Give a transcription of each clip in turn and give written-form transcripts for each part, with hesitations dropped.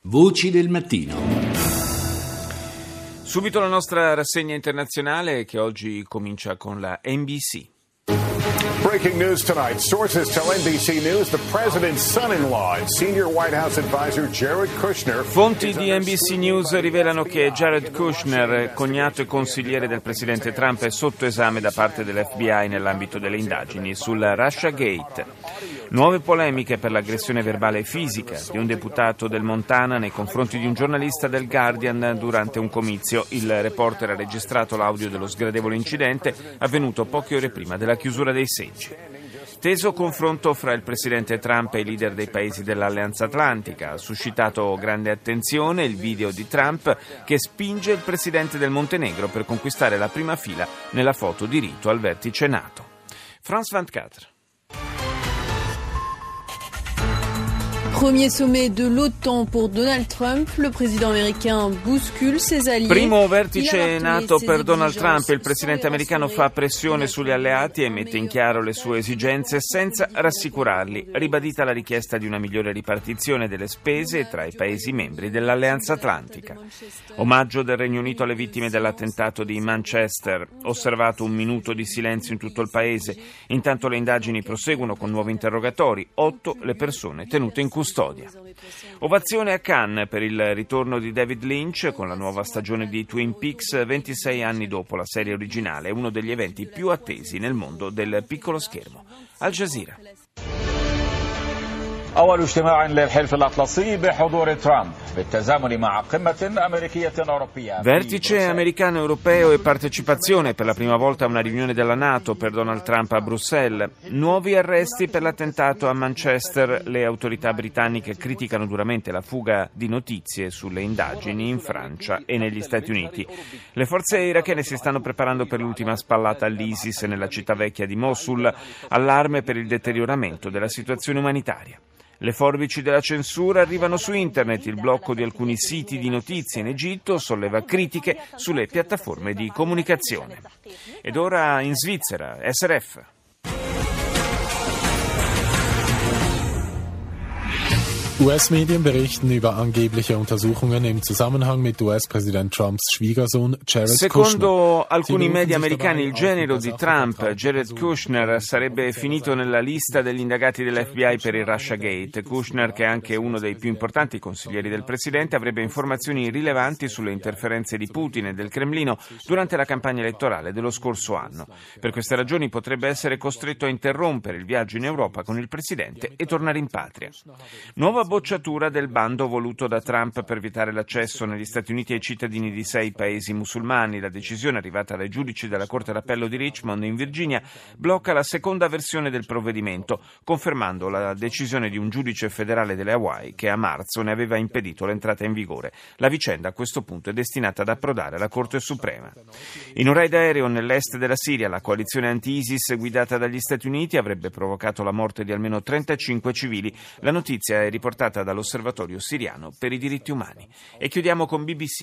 Voci del mattino. Subito la nostra rassegna internazionale che oggi comincia con la NBC. Breaking news tonight. Sources tell NBC News the president's son-in-law and senior White House advisor Jared Kushner. Fonti di NBC News rivelano che Jared Kushner, cognato e consigliere del presidente Trump, è sotto esame da parte dell'FBI nell'ambito delle indagini sul Russiagate. Nuove polemiche per l'aggressione verbale e fisica di un deputato del Montana nei confronti di un giornalista del Guardian durante un comizio. Il reporter ha registrato l'audio dello sgradevole incidente avvenuto poche ore prima della chiusura dei seggi. Teso confronto fra il presidente Trump e i leader dei paesi dell'Alleanza Atlantica. Ha suscitato grande attenzione il video di Trump che spinge il presidente del Montenegro per conquistare la prima fila nella foto di rito al vertice NATO. France 24. Premier sommet de l'OTAN pour Donald Trump, le président américain bouscule ses alliés. Primo vertice NATO per Donald Trump, il presidente americano fa pressione sugli alleati e mette in chiaro le sue esigenze senza rassicurarli. Ribadita la richiesta di una migliore ripartizione delle spese tra i paesi membri dell'Alleanza Atlantica. Omaggio del Regno Unito alle vittime dell'attentato di Manchester. Osservato un minuto di silenzio in tutto il paese. Intanto le indagini proseguono con nuovi interrogatori. 8 le persone tenute in custodia. Ovazione a Cannes per il ritorno di David Lynch con la nuova stagione di Twin Peaks 26 anni dopo la serie originale, uno degli eventi più attesi nel mondo del piccolo schermo. Al Jazeera. أول اجتماع للحلف الأطلسي بحضور ترامب بالتزامن مع قمة أمريكية أوروبية. Vertice americano-europeo e partecipazione per la prima volta a una riunione della NATO per Donald Trump a Bruxelles. Nuovi arresti per l'attentato a Manchester. Le autorità britanniche criticano duramente la fuga di notizie sulle indagini in Francia e negli Stati Uniti. Le forze irachene si stanno preparando per l'ultima spallata all'ISIS nella città vecchia di Mosul. Allarme per il deterioramento della situazione umanitaria. Le forbici della censura arrivano su internet. Il blocco di alcuni siti di notizie in Egitto solleva critiche sulle piattaforme di comunicazione. Ed ora in Svizzera, SRF. US-Medien berichten über angebliche Untersuchungen im Zusammenhang mit US-Präsident Trumps Schwiegersohn Jared Kushner. Secondo alcuni media americani, il genero di Trump, Jared Kushner, sarebbe finito nella lista degli indagati dell'FBI per il Russiagate. Kushner, che è anche uno dei più importanti consiglieri del presidente, avrebbe informazioni rilevanti sulle interferenze di Putin e del Cremlino durante la campagna elettorale dello scorso anno. Per queste ragioni potrebbe essere costretto a interrompere il viaggio in Europa con il presidente e tornare in patria. Nuova bocciatura del bando voluto da Trump per vietare l'accesso negli Stati Uniti ai cittadini di 6 paesi musulmani. La decisione, arrivata dai giudici della Corte d'Appello di Richmond in Virginia, blocca la seconda versione del provvedimento, confermando la decisione di un giudice federale delle Hawaii che a marzo ne aveva impedito l'entrata in vigore. La vicenda a questo punto è destinata ad approdare alla Corte Suprema. In un raid aereo nell'est della Siria, la coalizione anti-ISIS guidata dagli Stati Uniti avrebbe provocato la morte di almeno 35 civili. La notizia è riportata dall'Osservatorio siriano per i diritti umani. E chiudiamo con BBC.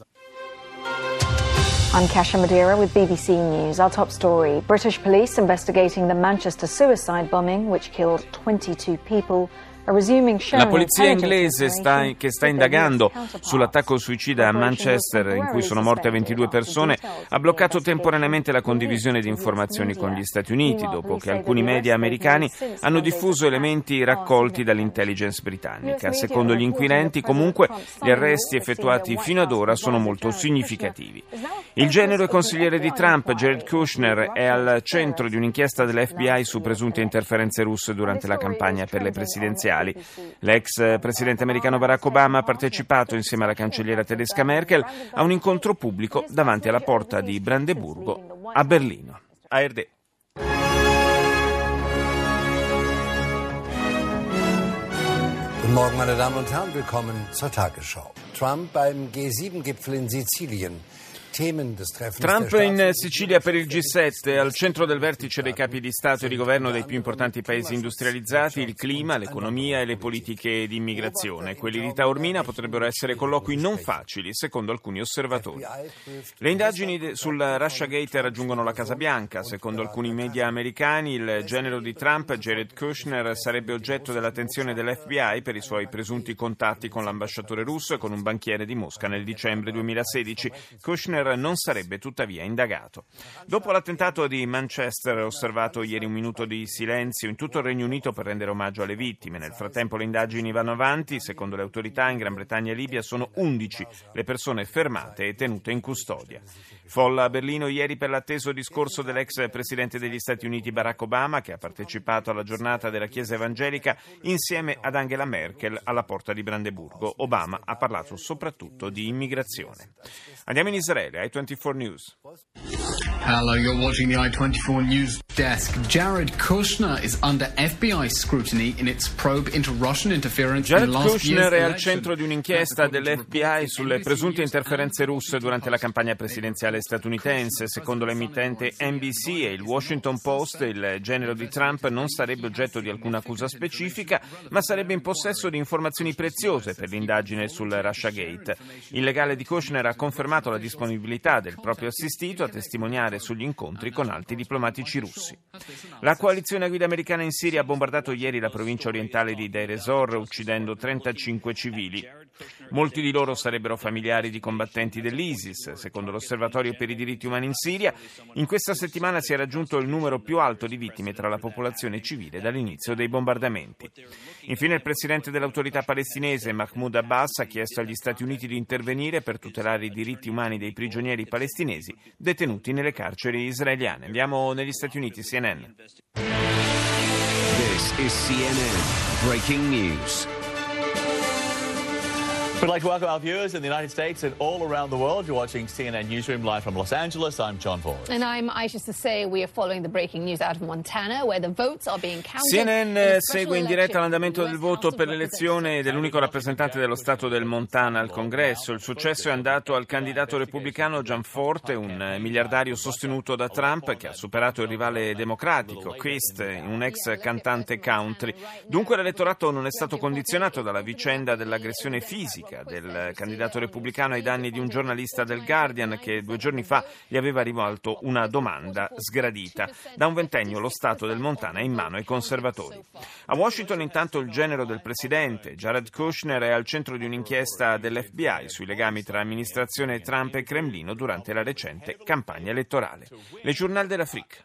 I'm Kasia Madeira with BBC News. Our top story: British police investigating the Manchester suicide bombing which killed 22 people. La polizia inglese che sta indagando sull'attacco suicida a Manchester in cui sono morte 22 persone ha bloccato temporaneamente la condivisione di informazioni con gli Stati Uniti dopo che alcuni media americani hanno diffuso elementi raccolti dall'intelligence britannica. Secondo gli inquirenti, comunque, gli arresti effettuati fino ad ora sono molto significativi. Il genero e consigliere di Trump, Jared Kushner, è al centro di un'inchiesta dell'FBI su presunte interferenze russe durante la campagna per le presidenziali. L'ex presidente americano Barack Obama ha partecipato insieme alla cancelliera tedesca Merkel a un incontro pubblico davanti alla porta di Brandeburgo a Berlino. ARD. Guten Morgen, meine Damen und Herren, willkommen zur Tagesschau. Trump beim G7-Gipfel in Sizilien. Trump in Sicilia per il G7, al centro del vertice dei capi di Stato e di governo dei più importanti paesi industrializzati, il clima, l'economia e le politiche di immigrazione. Quelli di Taormina potrebbero essere colloqui non facili, secondo alcuni osservatori. Le indagini sul Russiagate raggiungono la Casa Bianca. Secondo alcuni media americani, il genero di Trump, Jared Kushner, sarebbe oggetto dell'attenzione dell'FBI per i suoi presunti contatti con l'ambasciatore russo e con un banchiere di Mosca nel dicembre 2016. Kushner non sarebbe tuttavia indagato. Dopo l'attentato di Manchester, osservato ieri un minuto di silenzio in tutto il Regno Unito per rendere omaggio alle vittime. Nel frattempo le indagini vanno avanti. Secondo le autorità in Gran Bretagna e Libia sono 11 le persone fermate e tenute in custodia. Folla a Berlino ieri per l'atteso discorso dell'ex presidente degli Stati Uniti Barack Obama, che ha partecipato alla giornata della Chiesa Evangelica insieme ad Angela Merkel alla Porta di Brandeburgo. Obama ha parlato soprattutto di immigrazione. Andiamo in Israele, I24 News. Hello, you're watching the I24 News Desk. Jared Kushner is under FBI scrutiny in its probe into Russian interference in last year's election. Jared Kushner è al centro di un'inchiesta dell'FBI sulle presunte interferenze russe durante la campagna presidenziale statunitense. Secondo l'emittente NBC e il Washington Post, il genero di Trump non sarebbe oggetto di alcuna accusa specifica, ma sarebbe in possesso di informazioni preziose per l'indagine sul Russiagate. Il legale di Kushner ha confermato la disponibilità del proprio assistito a testimoniare sugli incontri con alti diplomatici russi. La coalizione a guida americana in Siria ha bombardato ieri la provincia orientale di Deir ez-Zor, uccidendo 35 civili. Molti di loro sarebbero familiari di combattenti dell'ISIS. Secondo l'Osservatorio per i diritti umani in Siria, in questa settimana si è raggiunto il numero più alto di vittime tra la popolazione civile dall'inizio dei bombardamenti. Infine, il presidente dell'autorità palestinese Mahmoud Abbas ha chiesto agli Stati Uniti di intervenire per tutelare i diritti umani dei prigionieri palestinesi detenuti nelle carceri israeliane. Andiamo negli Stati Uniti, CNN. This is CNN Breaking News. We'd like to welcome our viewers in the United States and all around the world. You're watching CNN Newsroom live from Los Angeles. I'm John Ford. And I'm Aisha Sasay. We are following the breaking news out of Montana, where the votes are being counted. CNN segue in diretta l'andamento del voto per l'elezione dell'unico rappresentante dello Stato del Montana al Congresso. Il successo è andato al candidato repubblicano Jon Forte, un miliardario sostenuto da Trump, che ha superato il rivale democratico, Quist, un ex cantante country. Dunque l'elettorato non è stato condizionato dalla vicenda dell'aggressione fisica del candidato repubblicano ai danni di un giornalista del Guardian che 2 giorni fa gli aveva rivolto una domanda sgradita. Da un ventennio lo Stato del Montana è in mano ai conservatori. A Washington intanto il genero del presidente, Jared Kushner, è al centro di un'inchiesta dell'FBI sui legami tra amministrazione Trump e Cremlino durante la recente campagna elettorale. Le Journal de l'Afrique.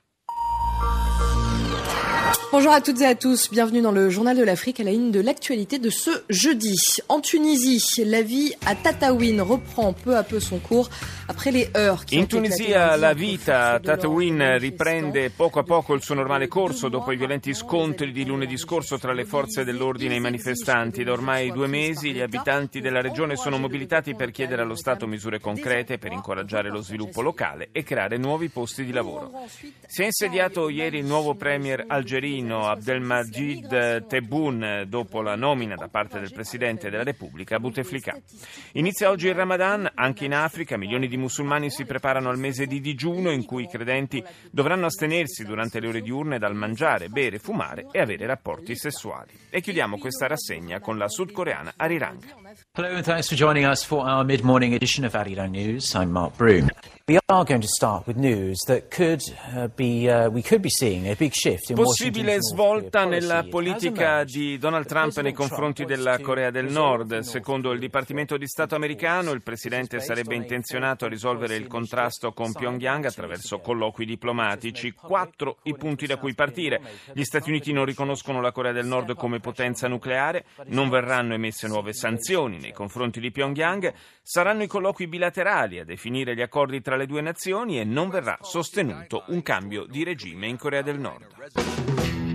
Bonjour à toutes et à tous, bienvenue dans le Journal de l'Afrique à la une de l'actualité de ce jeudi. En Tunisie, la vie à Tataouine reprend peu à peu son cours après les heurts qui ont In Tunisia la vita a Tataouine riprende poco a poco il suo normale corso dopo i violenti scontri di lunedì scorso tra le forze dell'ordine e i manifestanti. Da ormai 2 mesi gli abitanti della regione sono mobilitati per chiedere allo Stato misure concrete per incoraggiare lo sviluppo locale e creare nuovi posti di lavoro. Si è insediato ieri il nuovo premier algerino Abdelmadjid Tebboune dopo la nomina da parte del Presidente della Repubblica Bouteflika. Inizia oggi il Ramadan, anche in Africa milioni di musulmani si preparano al mese di digiuno in cui i credenti dovranno astenersi durante le ore diurne dal mangiare, bere, fumare e avere rapporti sessuali. E chiudiamo questa rassegna con la sudcoreana Arirang. Hello and thanks for joining us for our mid-morning edition of Arirang News. I'm Mark Broom. We are going to start with news that we could be seeing a big shift in Possibile svolta nella politica di Donald Trump nei confronti della Corea del Nord. Secondo il Dipartimento di Stato americano, il presidente sarebbe intenzionato a risolvere il contrasto con Pyongyang attraverso colloqui diplomatici. 4 i punti da cui partire. Gli Stati Uniti non riconoscono la Corea del Nord come potenza nucleare, non verranno emesse nuove sanzioni nei confronti di Pyongyang, saranno i colloqui bilaterali a definire gli accordi tra le 2 nazioni e non verrà sostenuto un cambio di regime in Corea del Nord.